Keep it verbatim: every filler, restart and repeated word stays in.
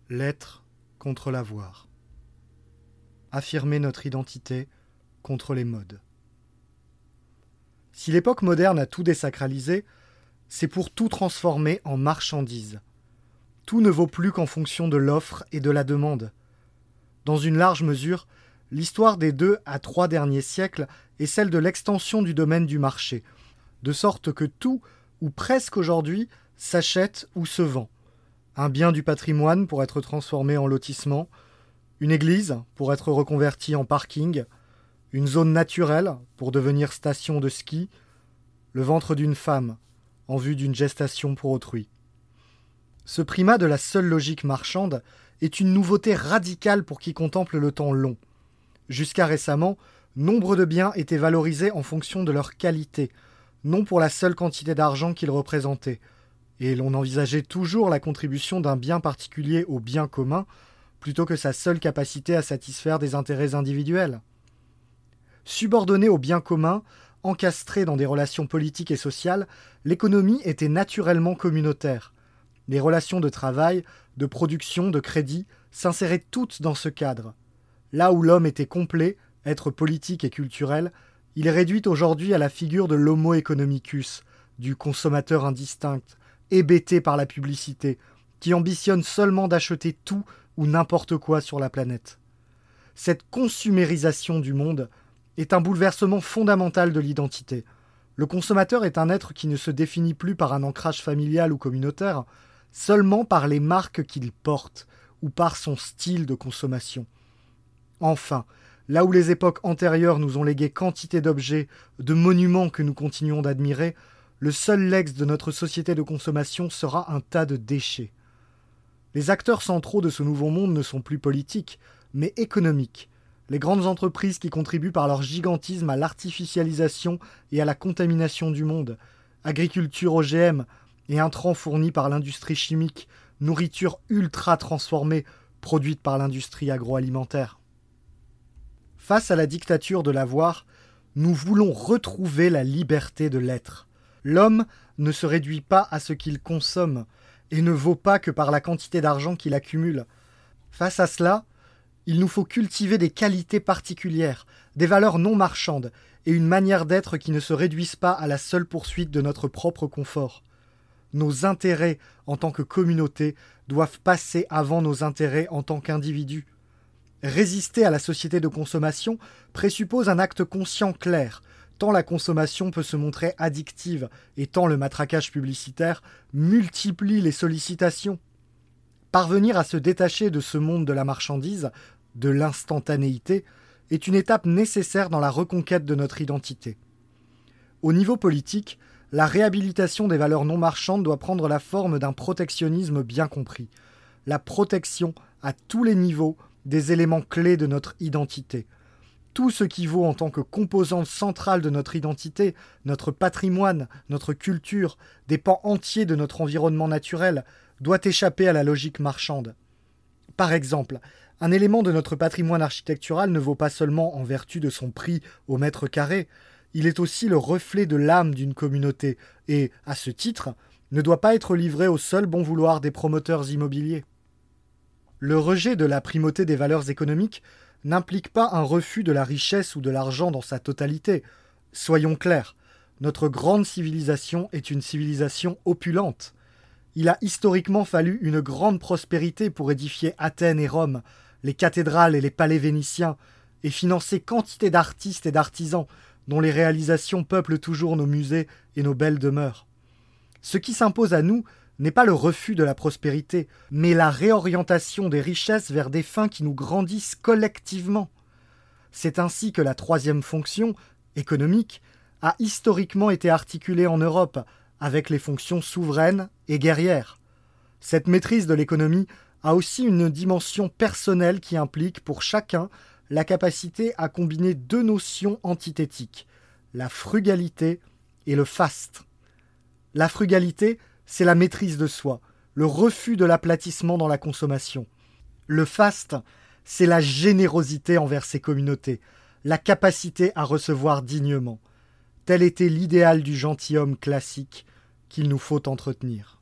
L'être contre l'avoir. Affirmer notre identité contre les modes. Si l'époque moderne a tout désacralisé, c'est pour tout transformer en marchandise. Tout ne vaut plus qu'en fonction de l'offre et de la demande. Dans une large mesure, l'histoire des deux à trois derniers siècles est celle de l'extension du domaine du marché, de sorte que tout, ou presque aujourd'hui, s'achète ou se vend. Un bien du patrimoine pour être transformé en lotissement, une église pour être reconvertie en parking, une zone naturelle pour devenir station de ski, le ventre d'une femme en vue d'une gestation pour autrui. Ce primat de la seule logique marchande est une nouveauté radicale pour qui contemple le temps long. Jusqu'à récemment, nombre de biens étaient valorisés en fonction de leur qualité, non pour la seule quantité d'argent qu'ils représentaient, et l'on envisageait toujours la contribution d'un bien particulier au bien commun, plutôt que sa seule capacité à satisfaire des intérêts individuels. Subordonnée au bien commun, encastrée dans des relations politiques et sociales, l'économie était naturellement communautaire. Les relations de travail, de production, de crédit s'inséraient toutes dans ce cadre. Là où l'homme était complet, être politique et culturel, il est réduit aujourd'hui à la figure de l'homo economicus, du consommateur indistinct, hébété par la publicité, qui ambitionne seulement d'acheter tout ou n'importe quoi sur la planète. Cette consumérisation du monde est un bouleversement fondamental de l'identité. Le consommateur est un être qui ne se définit plus par un ancrage familial ou communautaire, seulement par les marques qu'il porte ou par son style de consommation. Enfin, là où les époques antérieures nous ont légué quantité d'objets, de monuments que nous continuons d'admirer, le seul legs de notre société de consommation sera un tas de déchets. Les acteurs centraux de ce nouveau monde ne sont plus politiques, mais économiques. Les grandes entreprises qui contribuent par leur gigantisme à l'artificialisation et à la contamination du monde, agriculture O G M et intrants fournis par l'industrie chimique, nourriture ultra transformée produite par l'industrie agroalimentaire. Face à la dictature de l'avoir, nous voulons retrouver la liberté de l'être. L'homme ne se réduit pas à ce qu'il consomme et ne vaut pas que par la quantité d'argent qu'il accumule. Face à cela, il nous faut cultiver des qualités particulières, des valeurs non marchandes et une manière d'être qui ne se réduisent pas à la seule poursuite de notre propre confort. Nos intérêts en tant que communauté doivent passer avant nos intérêts en tant qu'individus. Résister à la société de consommation présuppose un acte conscient clair, tant la consommation peut se montrer addictive et tant le matraquage publicitaire multiplie les sollicitations. Parvenir à se détacher de ce monde de la marchandise, de l'instantanéité, est une étape nécessaire dans la reconquête de notre identité. Au niveau politique, la réhabilitation des valeurs non marchandes doit prendre la forme d'un protectionnisme bien compris. La protection, à tous les niveaux, des éléments clés de notre identité. Tout ce qui vaut en tant que composante centrale de notre identité, notre patrimoine, notre culture, des pans entiers de notre environnement naturel, doit échapper à la logique marchande. Par exemple, un élément de notre patrimoine architectural ne vaut pas seulement en vertu de son prix au mètre carré, il est aussi le reflet de l'âme d'une communauté et, à ce titre, ne doit pas être livré au seul bon vouloir des promoteurs immobiliers. Le rejet de la primauté des valeurs économiques n'implique pas un refus de la richesse ou de l'argent dans sa totalité. Soyons clairs, notre grande civilisation est une civilisation opulente. Il a historiquement fallu une grande prospérité pour édifier Athènes et Rome, les cathédrales et les palais vénitiens, et financer quantité d'artistes et d'artisans dont les réalisations peuplent toujours nos musées et nos belles demeures. Ce qui s'impose à nous n'est pas le refus de la prospérité, mais la réorientation des richesses vers des fins qui nous grandissent collectivement. C'est ainsi que la troisième fonction, économique, a historiquement été articulée en Europe, avec les fonctions souveraines et guerrières. Cette maîtrise de l'économie a aussi une dimension personnelle qui implique pour chacun la capacité à combiner deux notions antithétiques, la frugalité et le faste. La frugalité, c'est la maîtrise de soi, le refus de l'aplatissement dans la consommation. Le faste, c'est la générosité envers ses communautés, la capacité à recevoir dignement. Tel était l'idéal du gentilhomme classique qu'il nous faut entretenir.